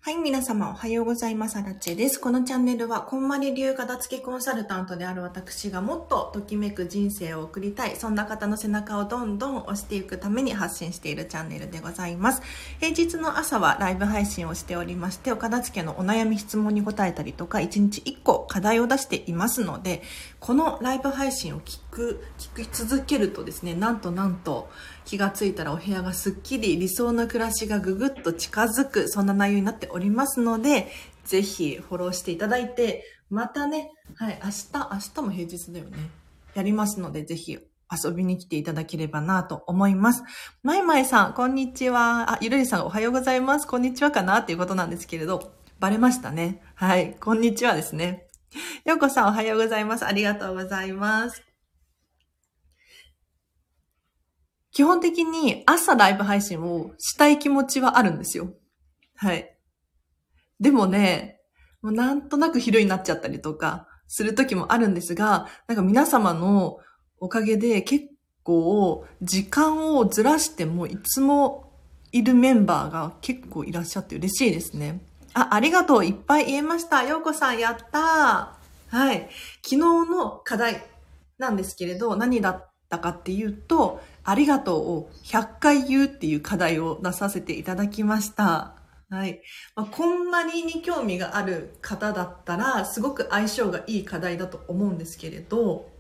はい、皆様おはようございます。アラチェです。このチャンネルは、こんまり流片付けコンサルタントである私がもっとときめく人生を送りたい、そんな方の背中をどんどん押していくために発信しているチャンネルでございます。平日の朝はライブ配信をしておりまして、お片付けのお悩み質問に答えたりとか、1日1個課題を出していますので、このライブ配信を聞き続けるとですね、なんと気がついたらお部屋がすっきり、理想の暮らしがぐぐっと近づく、そんな内容になっておりますので、ぜひフォローしていただいて、またね、はい、明日も平日だよね。やりますので、ぜひ遊びに来ていただければなと思います。まいまいさん、こんにちは。ゆるりさん、おはようございます。こんにちはかなっていうことなんですけれど、バレましたね。はい、こんにちはですね。ようこさん、おはようございます。ありがとうございます。基本的に朝ライブ配信をしたい気持ちはあるんですよ。はい。でもね、もうなんとなく昼になっちゃったりとかする時もあるんですが、なんか皆様のおかげで結構時間をずらしてもいつもいるメンバーが結構いらっしゃって嬉しいですね。ありがとう。いっぱい言えました。ようこさんやったー。はい。昨日の課題なんですけれど、何だったかっていうと、ありがとうを100回言うっていう課題を出させていただきました。はい。こんまりに興味がある方だったら、すごく相性がいい課題だと思うんですけれど、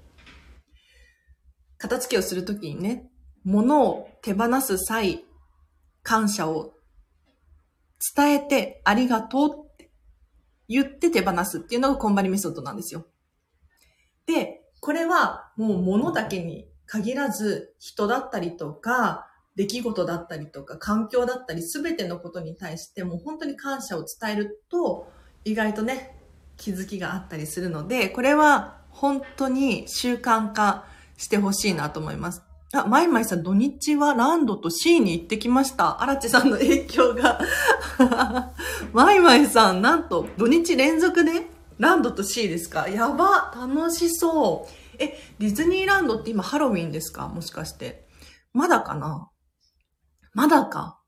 片付けをするときにね、物を手放す際、感謝を伝えてありがとうって言って手放すっていうのがこんまりメソッドなんですよ。で、これはもう物だけに限らず、人だったりとか、出来事だったりとか、環境だったり、すべてのことに対してもう本当に感謝を伝えると、意外とね、気づきがあったりするので、これは本当に習慣化してほしいなと思います。まいまいさん、土日はランドと C に行ってきました。荒地さんの影響が。まいまいさん、なんと土日連続でランドと C ですか？やば、楽しそう。ディズニーランドって今ハロウィンですか？もしかして。まだかな？まだか。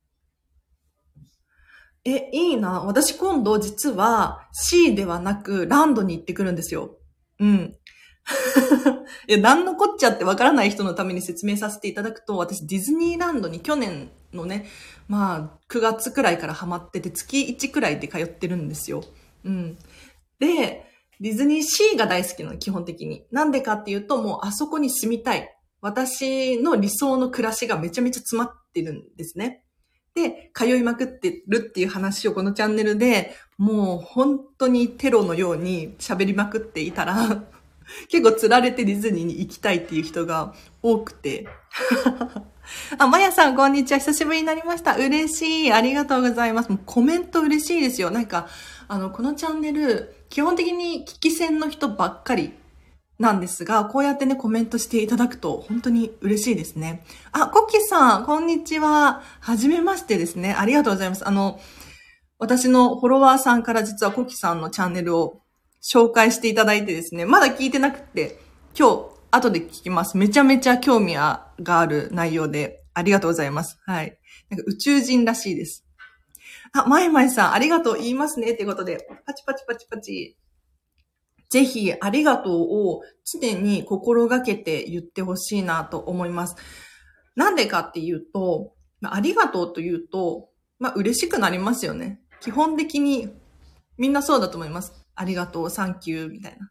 いいな。私今度実は C ではなくランドに行ってくるんですよ。うん。何のこっちゃってわからない人のために説明させていただくと、私ディズニーランドに去年のね、9月くらいからハマってて、月1くらいで通ってるんですよ。うん。で、ディズニーシーが大好きなの、基本的に。なんでかっていうと、もうあそこに住みたい。私の理想の暮らしがめちゃめちゃ詰まってるんですね。で、通いまくってるっていう話をこのチャンネルで、もう本当にテロのように喋りまくっていたら、結構釣られてディズニーに行きたいっていう人が多くて。まやさん、こんにちは。久しぶりになりました。嬉しい。ありがとうございます。もうコメント嬉しいですよ。なんか、このチャンネル、基本的に聞き戦の人ばっかりなんですが、こうやってね、コメントしていただくと、本当に嬉しいですね。コッキーさん、こんにちは。はじめましてですね。ありがとうございます。私のフォロワーさんから実はコッキーさんのチャンネルを紹介していただいてですね、まだ聞いてなくて、今日、後で聞きます。めちゃめちゃ興味がある内容で、ありがとうございます。はい。なんか宇宙人らしいです。まいまいさん、ありがとう言いますね。っていうことで、パチパチパチパチ。ぜひ、ありがとうを常に心がけて言ってほしいなと思います。なんでかっていうと、ありがとうというと、嬉しくなりますよね。基本的にみんなそうだと思います。ありがとう、サンキュー、みたいな。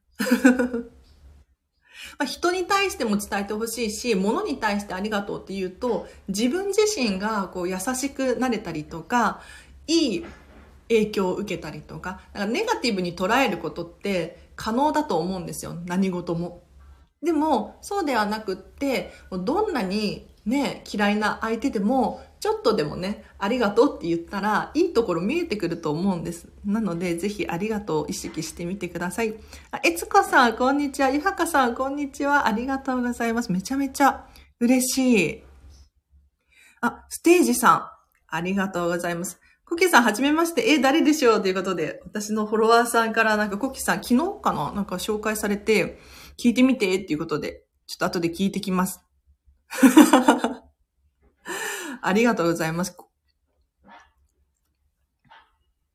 人に対しても伝えてほしいし、物に対してありがとうって言うと、自分自身がこう優しくなれたりとか、いい影響を受けたりとか、だからネガティブに捉えることって可能だと思うんですよ。何事も。でも、そうではなくって、どんなにね、嫌いな相手でも、ちょっとでもね、ありがとうって言ったら、いいところ見えてくると思うんです。なので、ぜひありがとうを意識してみてください。えつこさん、こんにちは。ゆはかさん、こんにちは。ありがとうございます。めちゃめちゃ嬉しい。ステージさん、ありがとうございます。コキさん、はじめまして。誰でしょうということで、私のフォロワーさんからなんかコキさん、昨日かななんか紹介されて、聞いてみてっていうことで、ちょっと後で聞いてきます。ありがとうございます。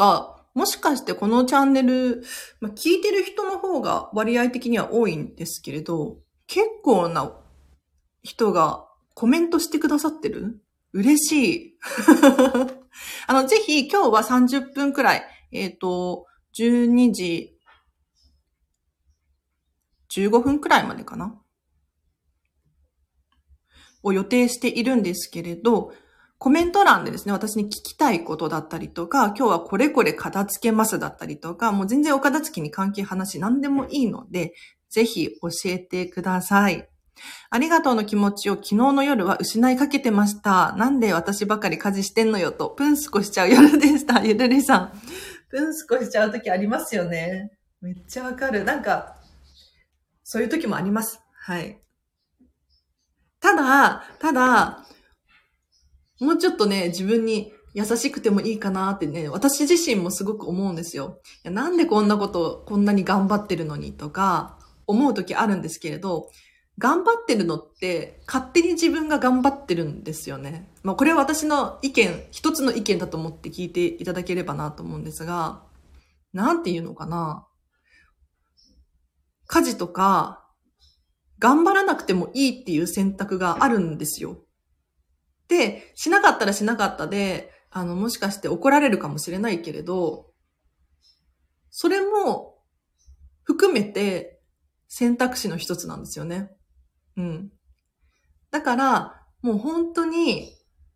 もしかしてこのチャンネル、聞いてる人の方が割合的には多いんですけれど、結構な人がコメントしてくださってる？嬉しい。ぜひ今日は30分くらい、12時15分くらいまでかなを予定しているんですけれど、コメント欄でですね、私に聞きたいことだったりとか、今日はこれこれ片付けますだったりとか、もう全然お片付けに関係話何でもいいので、ぜひ教えてください。ありがとうの気持ちを昨日の夜は失いかけてました。なんで私ばかり家事してんのよと、プンスコしちゃう夜でした。ゆるりさん。プンスコしちゃう時ありますよね。めっちゃわかる。なんか、そういう時もあります。はい。ただ、もうちょっとね、自分に優しくてもいいかなってね、私自身もすごく思うんですよ。いや、なんでこんなこと、こんなに頑張ってるのにとか、思う時あるんですけれど、頑張ってるのって、勝手に自分が頑張ってるんですよね。これは私の意見、一つの意見だと思って聞いていただければなと思うんですが、なんていうのかな。家事とか、頑張らなくてもいいっていう選択があるんですよ。で、しなかったらしなかったで、もしかして怒られるかもしれないけれど、それも含めて選択肢の一つなんですよね。うん。だから、もう本当に、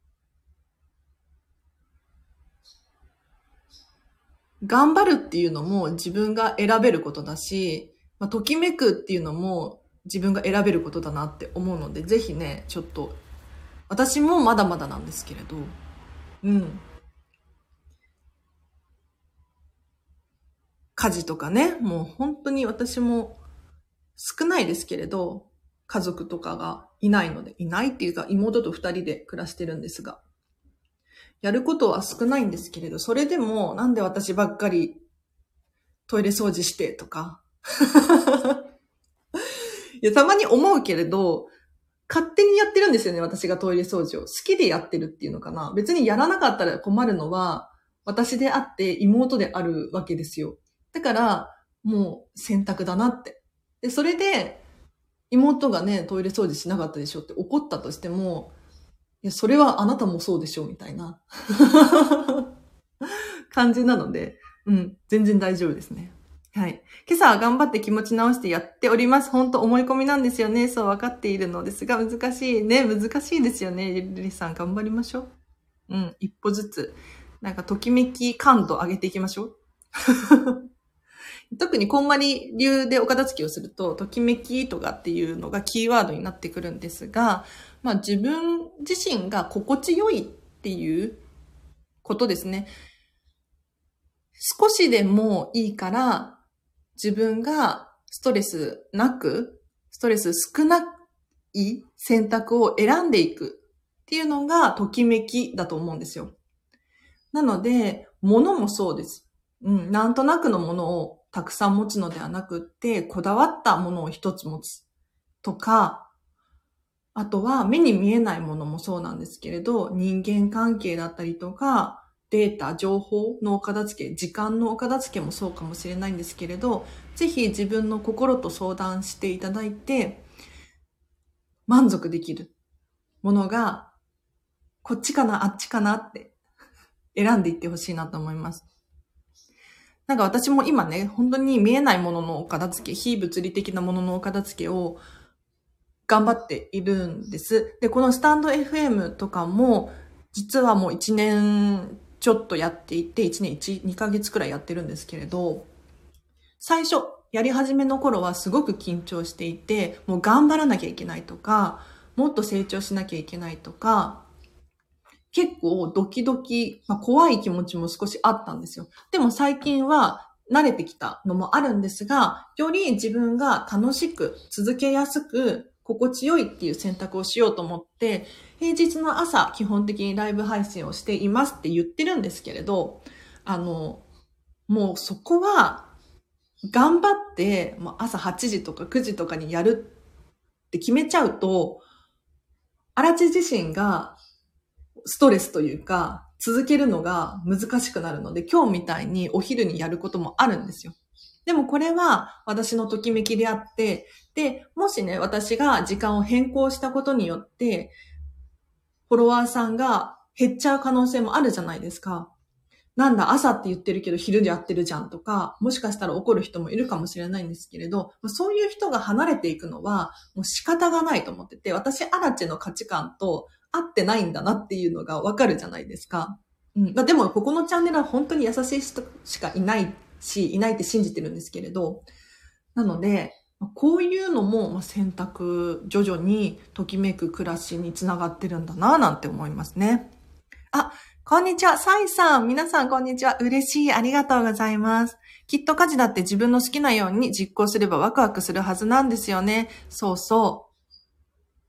頑張るっていうのも自分が選べることだし、ときめくっていうのも自分が選べることだなって思うので、ぜひね、ちょっと、私もまだまだなんですけれど、うん。家事とかね、もう本当に私も少ないですけれど、家族とかがいないので、いないっていうか妹と二人で暮らしてるんですが、やることは少ないんですけれど、それでもなんで私ばっかりトイレ掃除してとか、いや、たまに思うけれど、勝手にやってるんですよね、私がトイレ掃除を。好きでやってるっていうのかな。別にやらなかったら困るのは、私であって妹であるわけですよ。だから、もう選択だなって。で、それで、妹がね、トイレ掃除しなかったでしょって怒ったとしても、いや、それはあなたもそうでしょみたいな感じなので、全然大丈夫ですね。はい。今朝は頑張って気持ち直してやっております。本当思い込みなんですよね。そう分かっているのですが、難しいね。難しいですよね。リリさん頑張りましょう。一歩ずつ。なんか、ときめき感度上げていきましょう。特にこんまり流でお片付けをすると、ときめきとかっていうのがキーワードになってくるんですが、自分自身が心地よいっていうことですね。少しでもいいから、自分がストレスなく、ストレス少ない選択を選んでいくっていうのがときめきだと思うんですよ。なので、物もそうです。なんとなくのものをたくさん持つのではなくって、こだわったものを一つ持つとか、あとは目に見えないものもそうなんですけれど、人間関係だったりとか、データ、情報のお片付け、時間のお片付けもそうかもしれないんですけれど、ぜひ自分の心と相談していただいて、満足できるものが、こっちかな、あっちかなって選んでいってほしいなと思います。なんか私も今ね、本当に見えないもののお片付け、非物理的なもののお片付けを頑張っているんです。で、このスタンド FM とかも、実はもう1年ちょっとやっていて、1年2ヶ月くらいやってるんですけれど、最初、やり始めの頃はすごく緊張していて、もう頑張らなきゃいけないとか、もっと成長しなきゃいけないとか、結構ドキドキ、怖い気持ちも少しあったんですよ。でも最近は慣れてきたのもあるんですが、より自分が楽しく続けやすく心地よいっていう選択をしようと思って、平日の朝基本的にライブ配信をしていますって言ってるんですけれど、もうそこは頑張って、朝8時とか9時とかにやるって決めちゃうと、あらち自身がストレスというか、 続けるのが難しくなるので、今日みたいにお昼にやることもあるんですよ。でもこれは私のときめきであって、で、もしね、私が時間を変更したことによって、フォロワーさんが減っちゃう可能性もあるじゃないですか。なんだ、朝って言ってるけど昼でやってるじゃんとか、もしかしたら怒る人もいるかもしれないんですけれど、そういう人が離れていくのはもう仕方がないと思ってて、私、アラチェの価値観と合ってないんだなっていうのがわかるじゃないですか。でも、ここのチャンネルは本当に優しい人しかいないし、いないって信じてるんですけれど、なので、こういうのも選択、徐々にときめく暮らしにつながってるんだなぁなんて思いますね。あ、こんにちは。サイさん。皆さんこんにちは。嬉しい。ありがとうございます。きっと家事だって自分の好きなように実行すればワクワクするはずなんですよね。そうそう。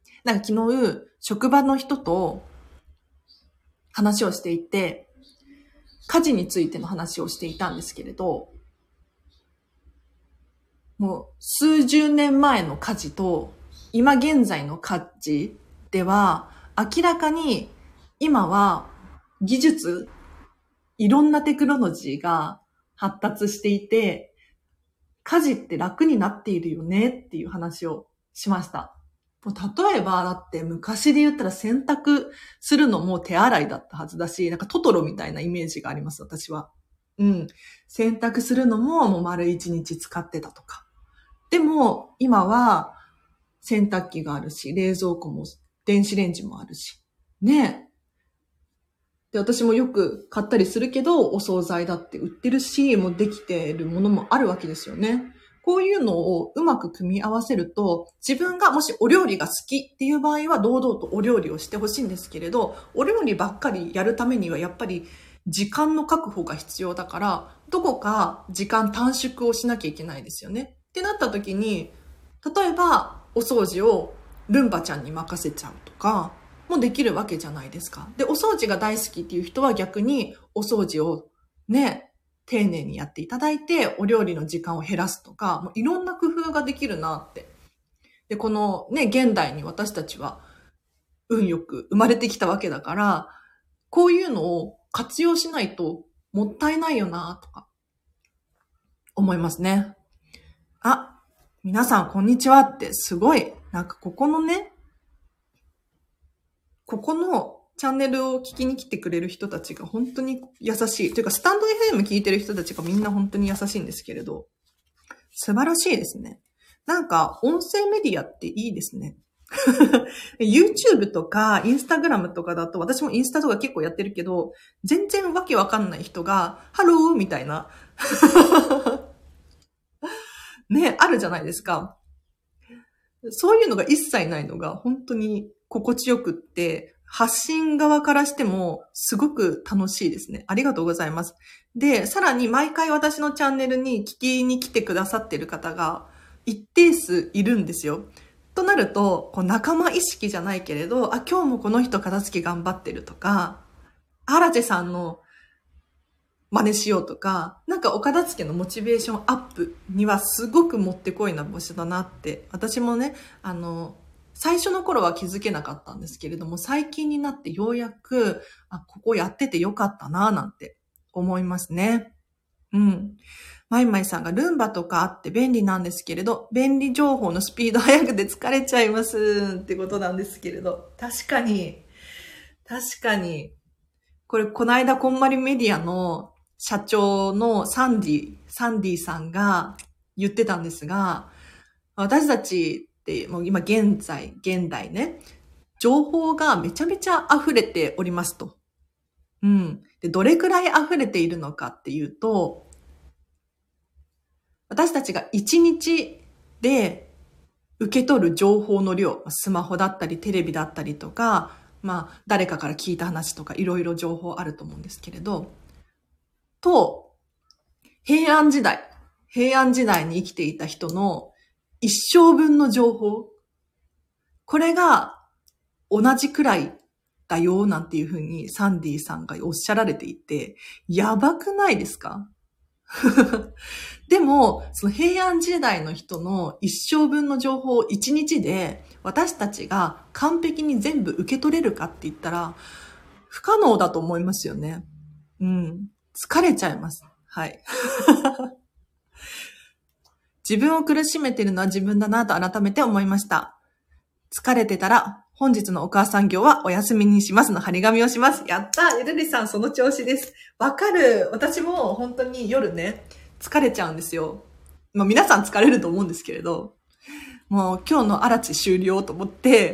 なんか昨日、職場の人と話をしていて、家事についての話をしていたんですけれど、もう数十年前の家事と今現在の家事では明らかに今は技術、いろんなテクノロジーが発達していて、家事って楽になっているよねっていう話をしました。例えば、だって昔で言ったら洗濯するのも手洗いだったはずだし、なんかトトロみたいなイメージがあります、私は。洗濯するのももう丸一日使ってたとか。でも、今は洗濯機があるし、冷蔵庫も電子レンジもあるし。ねえ。で、私もよく買ったりするけど、お惣菜だって売ってるし、もうできているものもあるわけですよね。こういうのをうまく組み合わせると、自分がもしお料理が好きっていう場合は堂々とお料理をしてほしいんですけれど、お料理ばっかりやるためにはやっぱり時間の確保が必要だから、どこか時間短縮をしなきゃいけないですよね。ってなった時に、例えばお掃除をルンバちゃんに任せちゃうとか、もできるわけじゃないですか。で、お掃除が大好きっていう人は逆にお掃除をね、丁寧にやっていただいて、お料理の時間を減らすとか、もういろんな工夫ができるなって。で、このね、現代に私たちは運よく生まれてきたわけだから、こういうのを活用しないともったいないよなとか思いますね。あ、皆さんこんにちはってすごい、なんかここのチャンネルを聞きに来てくれる人たちが本当に優しい。というか、スタンド FM 聞いてる人たちがみんな本当に優しいんですけれど、素晴らしいですね。なんか、音声メディアっていいですね。YouTube とか Instagram とかだと、私もインスタとか結構やってるけど、全然わけわかんない人が、ハローみたいな。ね、あるじゃないですか。そういうのが一切ないのが本当に心地よくって、発信側からしてもすごく楽しいですね。ありがとうございます。で、さらに毎回私のチャンネルに聞きに来てくださってる方が一定数いるんですよ。となると、仲間意識じゃないけれど、今日もこの人片付け頑張ってるとか、アラチェさんの真似しようとか、なんかお片付けのモチベーションアップにはすごくもってこいな場所だなって、私もね、最初の頃は気づけなかったんですけれども、最近になってようやく、ここやっててよかったななんて思いますね。マイマイさんがルンバとかあって便利なんですけれど、便利情報のスピード速くて疲れちゃいますってことなんですけれど、確かに、これこの間こんまりメディアの社長のサンディさんが言ってたんですが、私たちってもう今現代ね、情報がめちゃめちゃ溢れておりますと。で、どれくらい溢れているのかっていうと、私たちが1日で受け取る情報の量、スマホだったりテレビだったりとか、誰かから聞いた話とかいろいろ情報あると思うんですけれど、と、平安時代に生きていた人の一生分の情報、これが同じくらいだよなんていうふうにサンディさんがおっしゃられていて、やばくないですか？でも、その平安時代の人の一生分の情報を1日で私たちが完璧に全部受け取れるかって言ったら、 不可能だと思いますよね。うん。疲れちゃいます。はい。自分を苦しめてるのは自分だなと改めて思いました。疲れてたら、本日のお母さん業はお休みにしますの張り紙をします。やったー、ゆるりさんその調子です。わかる。私も本当に夜ね、疲れちゃうんですよ。まあ皆さん疲れると思うんですけれど、もう今日のアラチ終了と思って、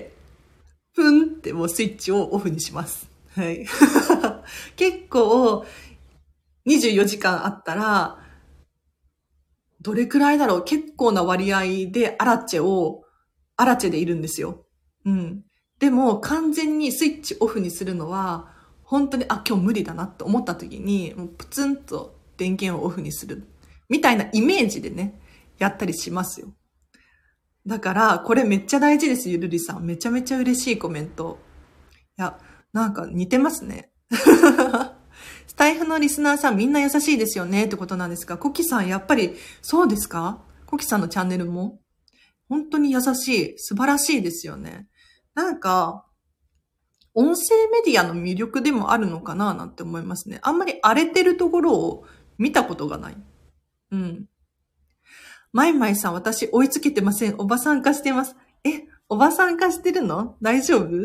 ふんってもうスイッチをオフにします。はい。結構、24時間あったら、どれくらいだろう、結構な割合でアラチェでいるんですよ。うん。でも、完全にスイッチオフにするのは、本当に、今日無理だなって思った時に、もうプツンと電源をオフにする。みたいなイメージでね、やったりしますよ。だから、これめっちゃ大事です、ゆるりさん。めちゃめちゃ嬉しいコメント。いや、なんか似てますね。スタイフのリスナーさんみんな優しいですよねってことなんですが、コキさんやっぱりそうですか？コキさんのチャンネルも本当に優しい、素晴らしいですよね。なんか、音声メディアの魅力でもあるのかななんて思いますね。あんまり荒れてるところを見たことがない。うん。マイマイさん、私追いつけてません。おばさん化してます。おばさん化してるの？大丈夫？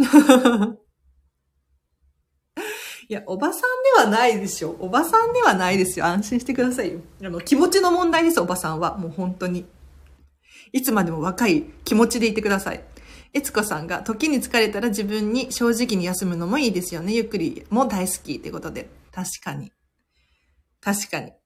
いや、おばさんではないでしょ。おばさんではないですよ。安心してくださいよ。気持ちの問題です、おばさんは。もう本当に。いつまでも若い気持ちでいてください。えつこさんが、時に疲れたら自分に正直に休むのもいいですよね。ゆっくりも大好きってことで。確かに。確かに。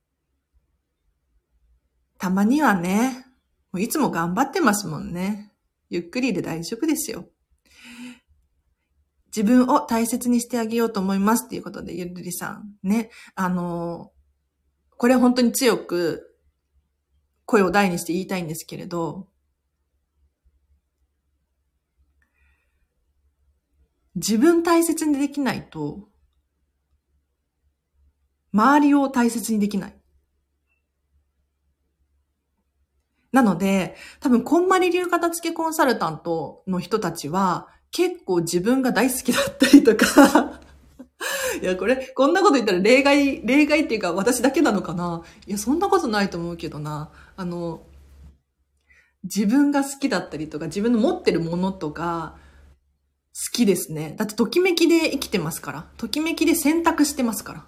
たまにはね、もういつも頑張ってますもんね。ゆっくりで大丈夫ですよ。自分を大切にしてあげようと思いますっていうことで、ゆるりさん。ね。これ本当に強く声を大にして言いたいんですけれど、自分大切にできないと、周りを大切にできない。なので、多分、こんまり流片付けコンサルタントの人たちは、結構自分が大好きだったりとか、いや、こんなこと言ったら例外っていうか私だけなのかな？いや、そんなことないと思うけどな。自分が好きだったりとか、自分の持ってるものとか、好きですね。だって、ときめきで生きてますから。ときめきで選択してますから。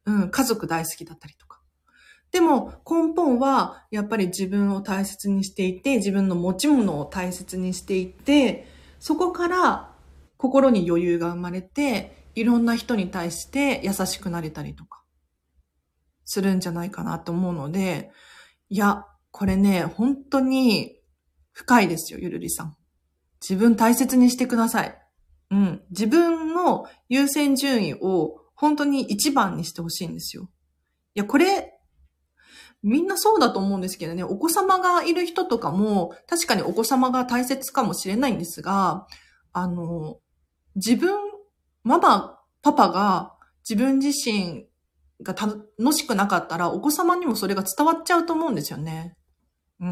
うん、家族大好きだったりとか。でも、根本は、やっぱり自分を大切にしていて、自分の持ち物を大切にしていて、そこから心に余裕が生まれて、いろんな人に対して優しくなれたりとか、するんじゃないかなと思うので、いや、これね、本当に深いですよ、ゆるりさん。自分大切にしてください。うん。自分の優先順位を本当に一番にしてほしいんですよ。いや、これ、みんなそうだと思うんですけどね、お子様がいる人とかも、確かにお子様が大切かもしれないんですが、自分、ママ、パパが自分自身が楽しくなかったら、お子様にもそれが伝わっちゃうと思うんですよね。うん。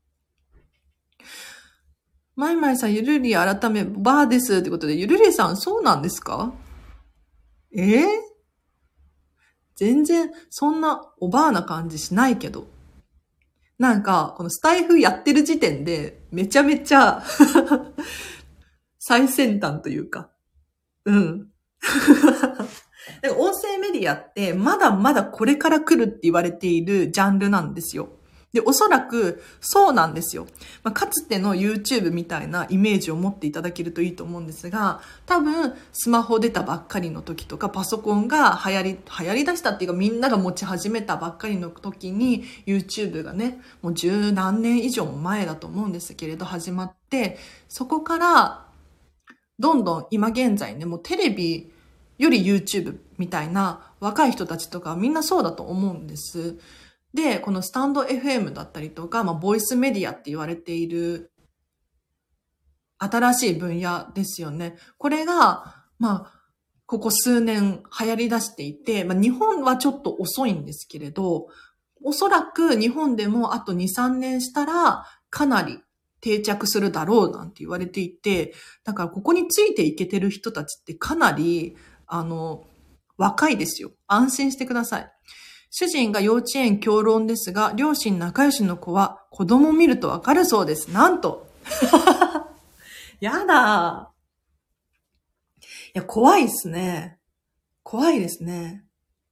マイマイさん、ゆるり改め、バーですってことで、ゆるりさん、そうなんですか？ええ、全然、そんなおばあな感じしないけど。なんか、このスタイフやってる時点で、めちゃめちゃ最先端というか。うん。なんか音声メディアって、まだまだこれから来るって言われているジャンルなんですよ。で、おそらく、そうなんですよ。かつての YouTube みたいなイメージを持っていただけるといいと思うんですが、多分、スマホ出たばっかりの時とか、パソコンが流行り出したっていうか、みんなが持ち始めたばっかりの時に、YouTube がね、もう十何年以上も前だと思うんですけれど、始まって、そこから、どんどん今現在ね、もうテレビより YouTube みたいな若い人たちとかみんなそうだと思うんです。で、このスタンド FM だったりとか、ボイスメディアって言われている新しい分野ですよね。これが、ここ数年流行り出していて、日本はちょっと遅いんですけれど、おそらく日本でもあと2、3年したらかなり定着するだろうなんて言われていて、だからここについていけてる人たちってかなり、若いですよ。安心してください。主人が幼稚園教論ですが、両親仲良しの子は子供を見るとわかるそうです。なんと。やだ。いや、怖いっすね。怖いですね。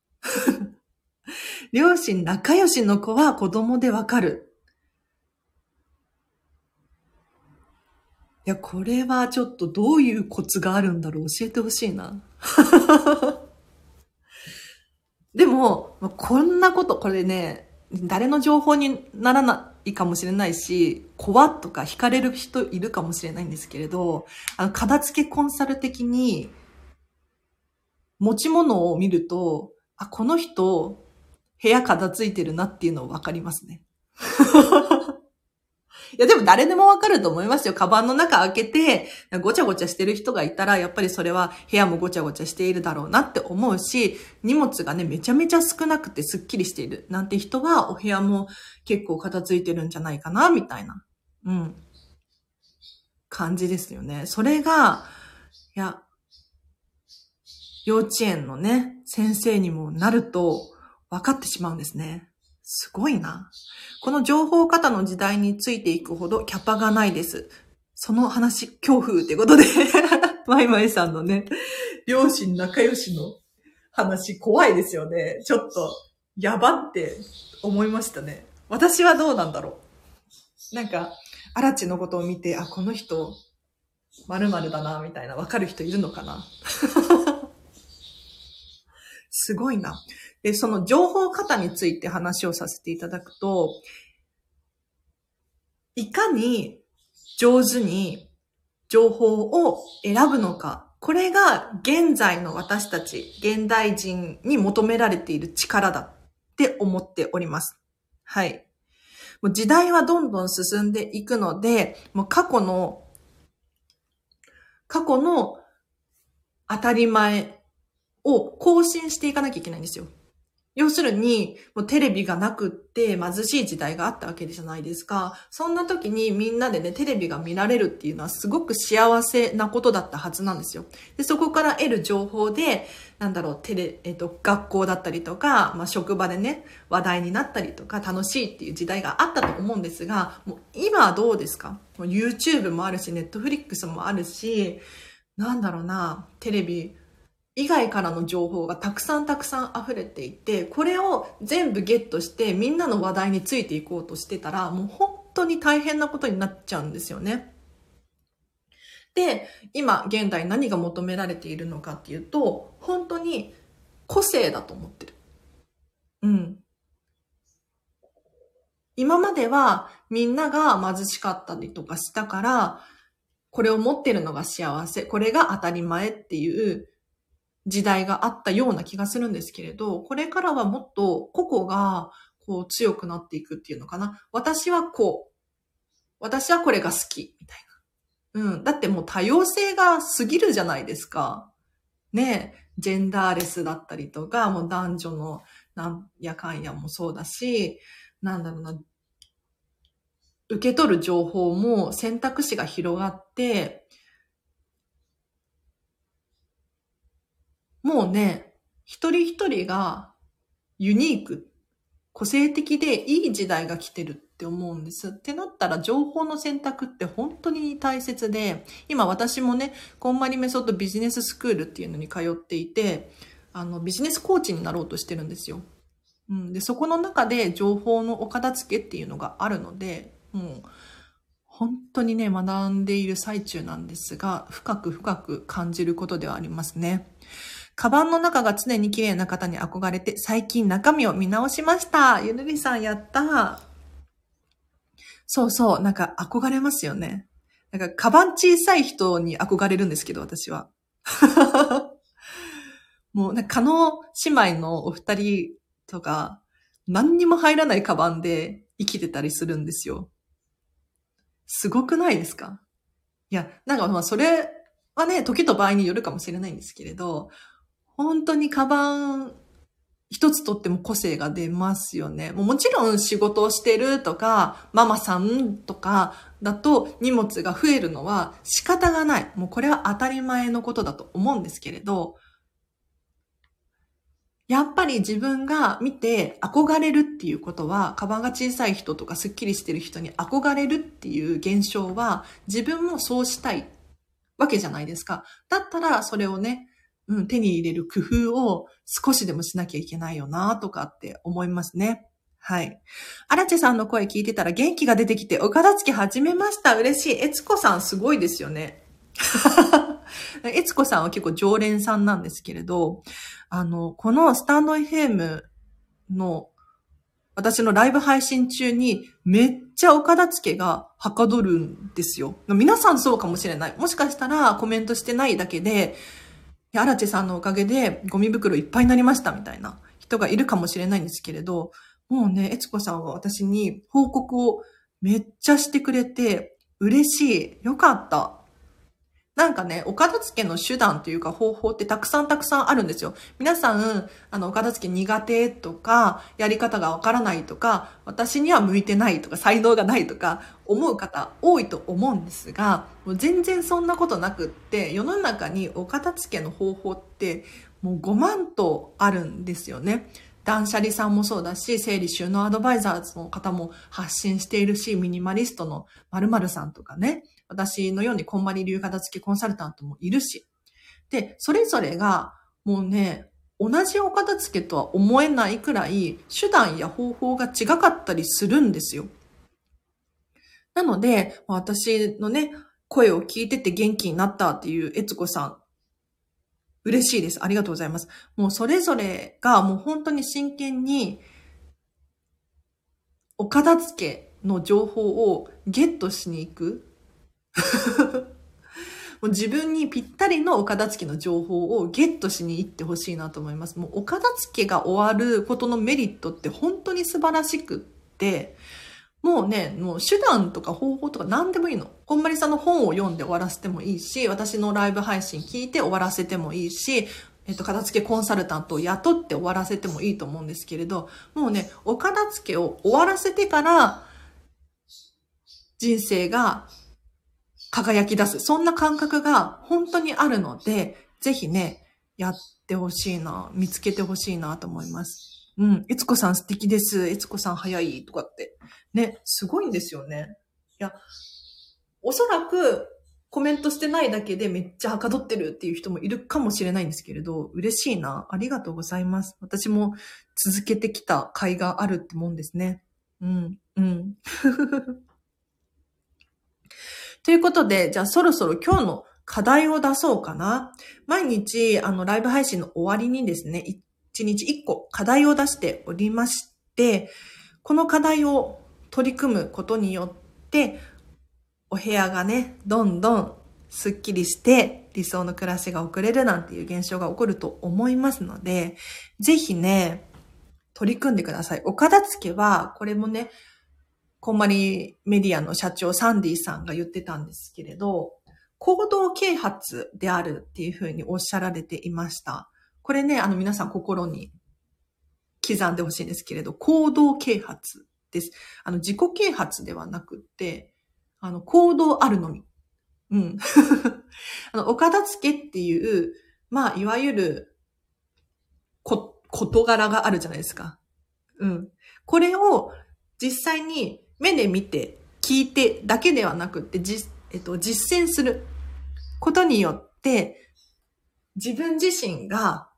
両親仲良しの子は子供でわかる。いや、これはちょっとどういうコツがあるんだろう。教えてほしいな。でも、こんなこと、これね、誰の情報にならないかもしれないし、怖っとか惹かれる人いるかもしれないんですけれど、片付けコンサル的に持ち物を見ると、あ、この人、部屋片付いてるなっていうのわかりますね。いや、でも誰でもわかると思いますよ。カバンの中開けて、ごちゃごちゃしてる人がいたら、やっぱりそれは部屋もごちゃごちゃしているだろうなって思うし、荷物がね、めちゃめちゃ少なくてスッキリしているなんて人は、お部屋も結構片付いてるんじゃないかな、みたいな、感じですよね。それが、いや、幼稚園のね、先生にもなると分かってしまうんですね。すごいな。この情報型の時代についていくほどキャパがないです。その話、恐怖ってことで、マイマイさんのね、両親仲良しの話、怖いですよね。ちょっと、やばって思いましたね。私はどうなんだろう。なんか、アラチのことを見て、あ、この人、〇〇だな、みたいな、わかる人いるのかな。すごいな。で、その情報型について話をさせていただくと、いかに上手に情報を選ぶのか。これが現在の私たち、現代人に求められている力だって思っております。はい。もう時代はどんどん進んでいくので、もう過去の当たり前を更新していかなきゃいけないんですよ。要するに、もうテレビがなくって貧しい時代があったわけじゃないですか。そんな時にみんなでね、テレビが見られるっていうのはすごく幸せなことだったはずなんですよ。で、そこから得る情報で、学校だったりとか、職場でね、話題になったりとか、楽しいっていう時代があったと思うんですが、もう今はどうですか？もう YouTube もあるし、Netflix もあるし、テレビ、以外からの情報がたくさん溢れていて、これを全部ゲットしてみんなの話題についていこうとしてたら、もう本当に大変なことになっちゃうんですよね。で、今現代何が求められているのかっていうと、本当に個性だと思ってる。うん。今まではみんなが貧しかったりとかしたから、これを持ってるのが幸せ、これが当たり前っていう時代があったような気がするんですけれど、これからはもっと個々がこう強くなっていくっていうのかな。私はこう。私はこれが好き。みたいな。だってもう多様性が過ぎるじゃないですか。ねえ。ジェンダーレスだったりとか、もう男女のなんやかんやもそうだし、受け取る情報も選択肢が広がって、もうね、一人一人がユニーク、個性的でいい時代が来てるって思うんです。ってなったら情報の選択って本当に大切で、今私もね、こんまりメソッドビジネススクールっていうのに通っていて、ビジネスコーチになろうとしてるんですよ。で、そこの中で情報のお片付けっていうのがあるので、もう、本当にね、学んでいる最中なんですが、深く感じることではありますね。カバンの中が常に綺麗な方に憧れて、最近中身を見直しました。ゆるりさんやった。そうそう、憧れますよね。カバン小さい人に憧れるんですけど、私は。もう、加納姉妹のお二人とか、何にも入らないカバンで生きてたりするんですよ。すごくないですか？いや、それはね、時と場合によるかもしれないんですけれど、本当にカバン一つとっても個性が出ますよね。もちろん仕事をしてるとか、ママさんとかだと荷物が増えるのは仕方がない。もうこれは当たり前のことだと思うんですけれど、やっぱり自分が見て憧れるっていうことは、カバンが小さい人とかスッキリしてる人に憧れるっていう現象は、自分もそうしたいわけじゃないですか。だったらそれをね、手に入れる工夫を少しでもしなきゃいけないよなとかって思いますね。はい。荒地さんの声聞いてたら元気が出てきてお片付け始めました。嬉しい。悦子さんすごいですよね。悦子さんは結構常連さんなんですけれど、このスタンド FM の私のライブ配信中にめっちゃお片付けがはかどるんですよ。皆さんそうかもしれない。もしかしたらコメントしてないだけで、荒地さんのおかげでゴミ袋いっぱいになりましたみたいな人がいるかもしれないんですけれど、もうね、悦子さんは私に報告をめっちゃしてくれて嬉しい。よかった。なんかね、お片付けの手段というか方法ってたくさんあるんですよ。皆さん、お片付け苦手とか、やり方がわからないとか、私には向いてないとか、才能がないとか、思う方多いと思うんですが、もう全然そんなことなくって、世の中にお片付けの方法ってもう5万とあるんですよね。断捨離さんもそうだし、整理収納アドバイザーズの方も発信しているし、ミニマリストの〇〇さんとかね、私のようにこんまり流片付けコンサルタントもいるし。で、それぞれがもうね、同じお片付けとは思えないくらい手段や方法が違かったりするんですよ。なので、私のね、声を聞いてて元気になったっていう悦子さん、嬉しいです。ありがとうございます。もうそれぞれがもう本当に真剣にお片付けの情報をゲットしに行く。もう自分にぴったりのお片付けの情報をゲットしに行ってほしいなと思います。もうお片付けが終わることのメリットって本当に素晴らしくって、もうね、もう手段とか方法とか何でもいいの。こんまりさんの本を読んで終わらせてもいいし、私のライブ配信聞いて終わらせてもいいし、片付けコンサルタントを雇って終わらせてもいいと思うんですけれど、もうね、お片付けを終わらせてから人生が輝き出す。そんな感覚が本当にあるので、ぜひね、やってほしいな、見つけてほしいなと思います。悦子さん素敵です。悦子さん早いとかって。ね、すごいんですよね。いや、おそらくコメントしてないだけでめっちゃはかどってるっていう人もいるかもしれないんですけれど、嬉しいな。ありがとうございます。私も続けてきた甲斐があるってもんですね。ということで、じゃあそろそろ今日の課題を出そうかな。毎日、ライブ配信の終わりにですね、1日1個課題を出しておりまして、この課題を取り組むことによって、お部屋がね、どんどんスッキリして理想の暮らしが送れるなんていう現象が起こると思いますので、ぜひね、取り組んでください。お片付けは、これもね、こんまりメディアの社長サンディさんが言ってたんですけれど、行動啓発であるっていうふうにおっしゃられていました。これね、皆さん心に刻んでほしいんですけれど、行動啓発です。自己啓発ではなくって、行動あるのみ。お片付けっていう、いわゆる、事柄があるじゃないですか。これを実際に目で見て、聞いてだけではなくって、実践することによって、自分自身が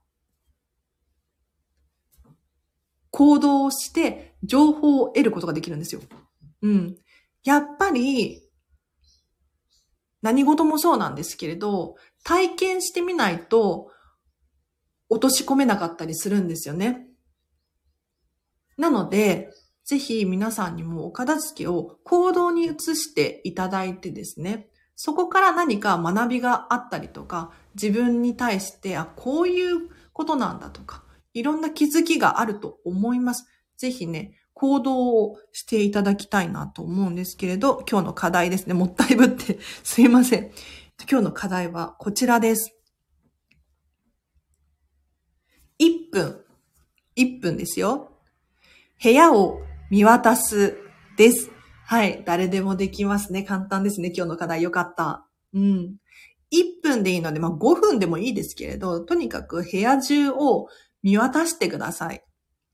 行動をして情報を得ることができるんですよ。やっぱり、何事もそうなんですけれど、体験してみないと落とし込めなかったりするんですよね。なので、ぜひ皆さんにもお片付けを行動に移していただいてですね、そこから何か学びがあったりとか、自分に対して、こういうことなんだとか、いろんな気づきがあると思います。ぜひね、行動をしていただきたいなと思うんですけれど、今日の課題ですね。もったいぶってすいません。今日の課題はこちらです。1分 1分ですよ。部屋を見渡すです。はい。誰でもできますね。簡単ですね。今日の課題よかった。うん。1分でいいので、5分でもいいですけれど、とにかく部屋中を見渡してください。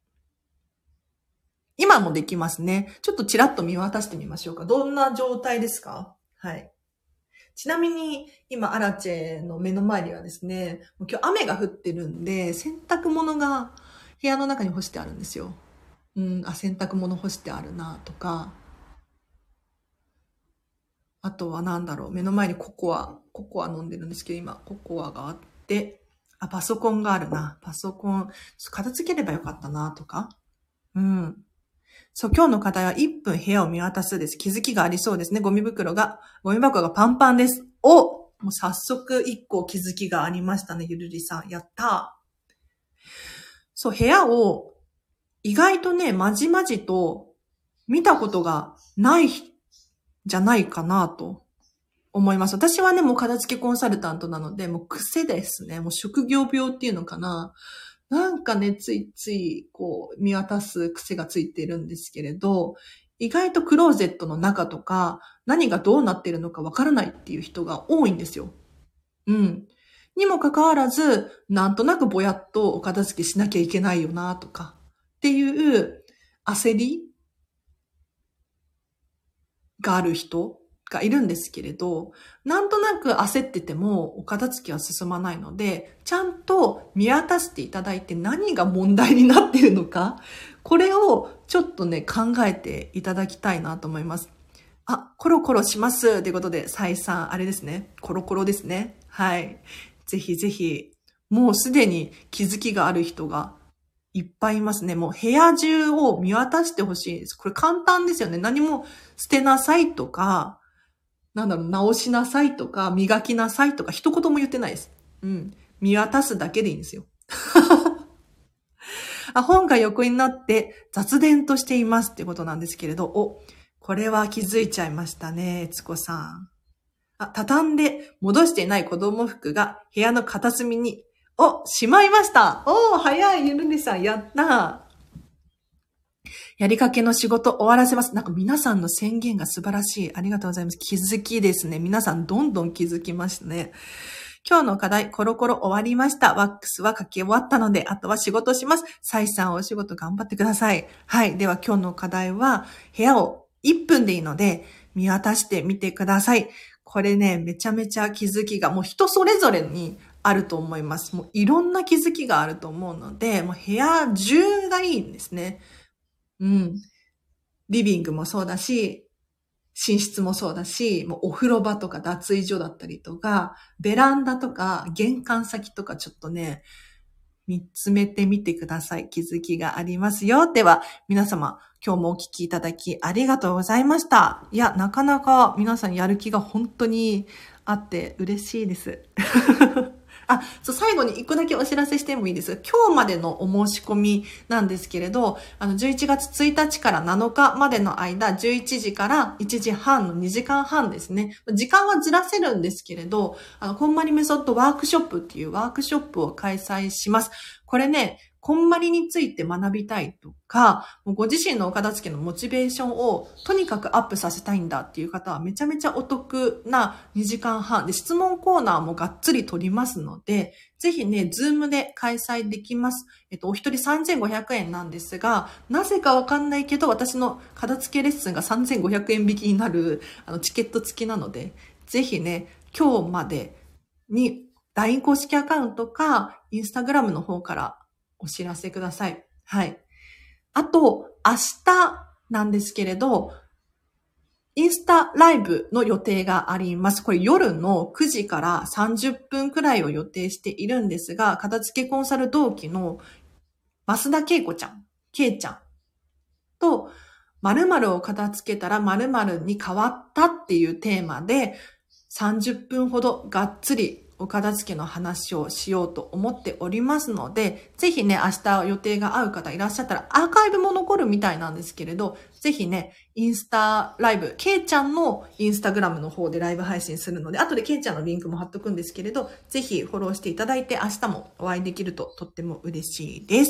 今もできますね。ちょっとちらっと見渡してみましょうか。どんな状態ですか？はい。ちなみに、今、アラチェの目の前にはですね、今日雨が降ってるんで、洗濯物が部屋の中に干してあるんですよ。洗濯物干してあるなとか、あとはなんだろう、目の前にココア飲んでるんですけど、今、ココアがあって、パソコンがあるな。パソコン、片付ければよかったなとか。そう、今日の課題は1分部屋を見渡すです。気づきがありそうですね。ゴミ箱がパンパンです。もう早速1個気づきがありましたね、ゆるりさん。やったー。そう、部屋を意外とね、まじまじと見たことがないじゃないかなと思います。私はね、もう片付けコンサルタントなので、もう癖ですね。もう職業病っていうのかな。なんかね、ついつい、見渡す癖がついてるんですけれど、意外とクローゼットの中とか、何がどうなってるのかわからないっていう人が多いんですよ。にもかかわらず、なんとなくぼやっとお片付けしなきゃいけないよな、とか、っていう焦りがある人がいるんですけれど、なんとなく焦っててもお片付けは進まないので、ちゃんと見渡していただいて何が問題になっているのか、これをちょっとね、考えていただきたいなと思います。コロコロします。ということで、再三、あれですね。コロコロですね。はい。ぜひぜひ、もうすでに気づきがある人がいっぱいいますね。もう部屋中を見渡してほしいです。これ簡単ですよね。何も捨てなさいとか、直しなさいとか、磨きなさいとか、一言も言ってないです。見渡すだけでいいんですよ。本が横になって雑談としていますってことなんですけれど、これは気づいちゃいましたね、悦子さん。畳んで戻していない子供服が部屋の片隅に、しまいました。早い、ゆるりさん、やったー。やりかけの仕事終わらせます。なんか皆さんの宣言が素晴らしい。ありがとうございます。気づきですね。皆さんどんどん気づきましたね。今日の課題、コロコロ終わりました。ワックスは書き終わったので、あとは仕事します。サイさんお仕事頑張ってください。はい。では今日の課題は、部屋を1分でいいので、見渡してみてください。これね、めちゃめちゃ気づきが、もう人それぞれにあると思います。もういろんな気づきがあると思うので、もう部屋中がいいんですね。リビングもそうだし、寝室もそうだし、もうお風呂場とか脱衣所だったりとか、ベランダとか玄関先とかちょっとね、見つめてみてください。気づきがありますよ。では、皆様、今日もお聞きいただきありがとうございました。いや、なかなか皆さんやる気が本当にあって嬉しいです。最後に一個だけお知らせしてもいいです。今日までのお申し込みなんですけれど、11月1日から7日までの間、11時から1時半の2時間半ですね。時間はずらせるんですけれど、こんまりメソッドワークショップっていうワークショップを開催します。これね、こんまりについて学びたいとか、ご自身のお片付けのモチベーションをとにかくアップさせたいんだっていう方はめちゃめちゃお得な2時間半で質問コーナーもがっつり取りますので、ぜひね、ズームで開催できます。お一人3500円なんですが、なぜかわかんないけど私の片付けレッスンが3500円引きになるチケット付きなので、ぜひね、今日までに LINE 公式アカウントか Instagram の方からお知らせください。はい。あと、明日なんですけれど、インスタライブの予定があります。これ夜の9時から30分くらいを予定しているんですが、片付けコンサル同期の増田恵子ちゃん、恵ちゃんと、〇〇を片付けたら〇〇に変わったっていうテーマで、30分ほどがっつりお片付けの話をしようと思っておりますので、ぜひね、明日予定が合う方いらっしゃったら、アーカイブも残るみたいなんですけれど、ぜひね、インスタライブ、ケイちゃんのインスタグラムの方でライブ配信するので、後でケイちゃんのリンクも貼っとくんですけれど、ぜひフォローしていただいて、明日もお会いできるととっても嬉しいです。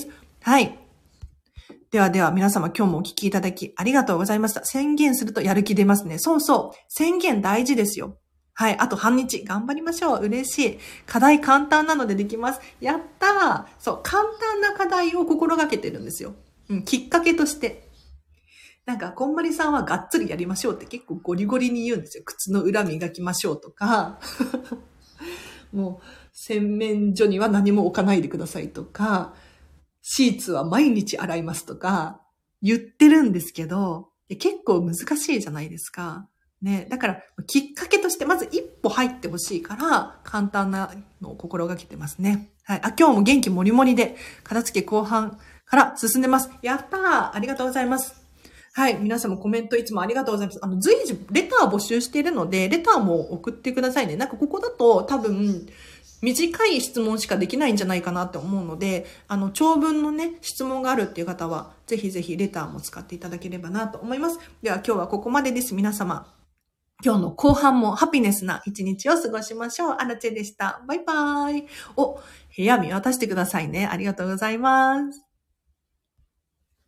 はい。ではでは皆様今日もお聞きいただきありがとうございました。宣言するとやる気出ますね。そうそう。宣言大事ですよ。はい。あと半日頑張りましょう。嬉しい。課題簡単なのでできます。やったー。そう。簡単な課題を心がけてるんですよ。きっかけとして。なんか、こんまりさんはがっつりやりましょうって結構ゴリゴリに言うんですよ。靴の裏磨きましょうとか、もう、洗面所には何も置かないでくださいとか、シーツは毎日洗いますとか、言ってるんですけど、結構難しいじゃないですか。ね。だから、きっかけとして、まず一歩入ってほしいから、簡単なのを心がけてますね。はい。今日も元気もりもりで、片付け後半から進んでます。やったー！ありがとうございます。はい。皆様コメントいつもありがとうございます。随時レター募集しているので、レターも送ってくださいね。なんかここだと多分、短い質問しかできないんじゃないかなって思うので、長文のね、質問があるっていう方は、ぜひぜひレターも使っていただければなと思います。では今日はここまでです。皆様。今日の後半もハピネスな一日を過ごしましょう。アラチェでした。バイバーイ。部屋見渡してくださいね。ありがとうございます。